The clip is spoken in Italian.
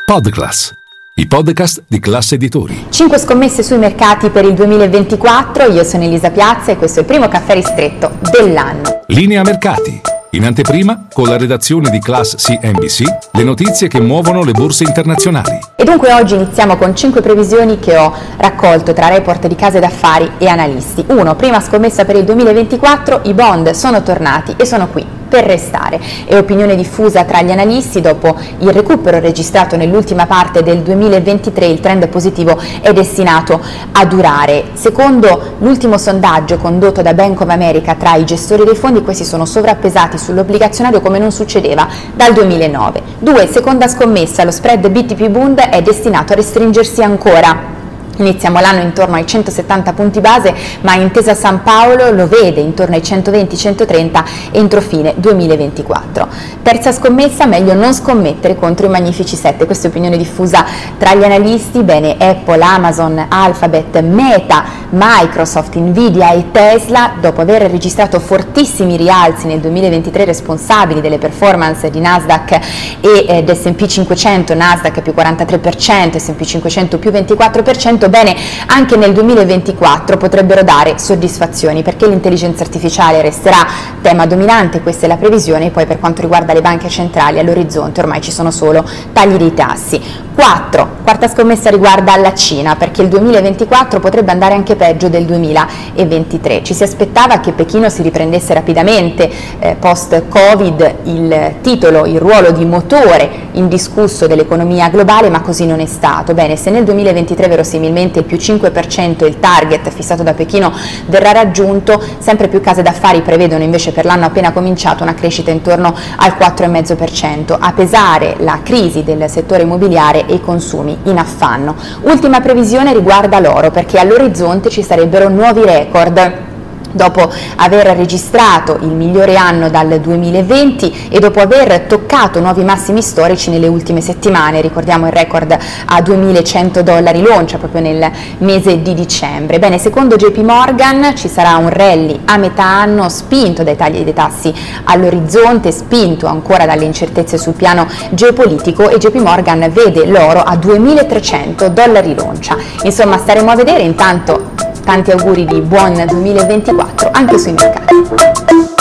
Podclass, i podcast di Class Editori. 5 scommesse sui mercati per il 2024, io sono Elisa Piazza e questo è il primo caffè ristretto dell'anno. Linea mercati. In anteprima, con la redazione di Class CNBC, le notizie che muovono le borse internazionali. E dunque oggi iniziamo con 5 previsioni che ho raccolto tra report di case d'affari e analisti. 1. Prima scommessa per il 2024, i bond sono tornati e sono qui per restare. È opinione diffusa tra gli analisti, dopo il recupero registrato nell'ultima parte del 2023 il trend positivo è destinato a durare. Secondo l'ultimo sondaggio condotto da Bank of America tra i gestori dei fondi, questi sono sovrappesati sull'obbligazionario come non succedeva dal 2009. 2. Seconda scommessa, lo spread BTP-Bund è destinato a restringersi ancora. Iniziamo l'anno intorno ai 170 punti base, ma Intesa San Paolo lo vede intorno ai 120-130 entro fine 2024. Terza scommessa, meglio non scommettere contro i Magnifici 7, questa è opinione diffusa tra gli analisti. Bene, Apple, Amazon, Alphabet, Meta, Microsoft, Nvidia e Tesla, dopo aver registrato fortissimi rialzi nel 2023 responsabili delle performance di Nasdaq e S&P 500, Nasdaq più 43%, S&P 500 più 24%, bene, anche nel 2024 potrebbero dare soddisfazioni perché l'intelligenza artificiale resterà tema dominante, questa è la previsione. E poi per quanto riguarda le banche centrali all'orizzonte ormai ci sono solo tagli dei tassi. 4. Quarta scommessa riguarda la Cina, perché il 2024 potrebbe andare anche peggio del 2023. Ci si aspettava che Pechino si riprendesse rapidamente post-Covid il ruolo di motore indiscusso dell'economia globale, ma così non è stato. Bene, se nel 2023 verosimilmente il più 5%, il target fissato da Pechino, verrà raggiunto, sempre più case d'affari prevedono invece per l'anno appena cominciato una crescita intorno al 4,5%, a pesare la crisi del settore immobiliare e i consumi in affanno. Ultima previsione riguarda l'oro, perché all'orizzonte ci sarebbero nuovi record. Dopo aver registrato il migliore anno dal 2020 e dopo aver toccato nuovi massimi storici nelle ultime settimane, ricordiamo il record a $2.100 l'oncia proprio nel mese di dicembre. Bene, secondo JP Morgan ci sarà un rally a metà anno spinto dai tagli dei tassi all'orizzonte, spinto ancora dalle incertezze sul piano geopolitico, e JP Morgan vede l'oro a $2.300 l'oncia. Insomma, staremo a vedere. Intanto tanti auguri di buon 2024 anche sui mercati.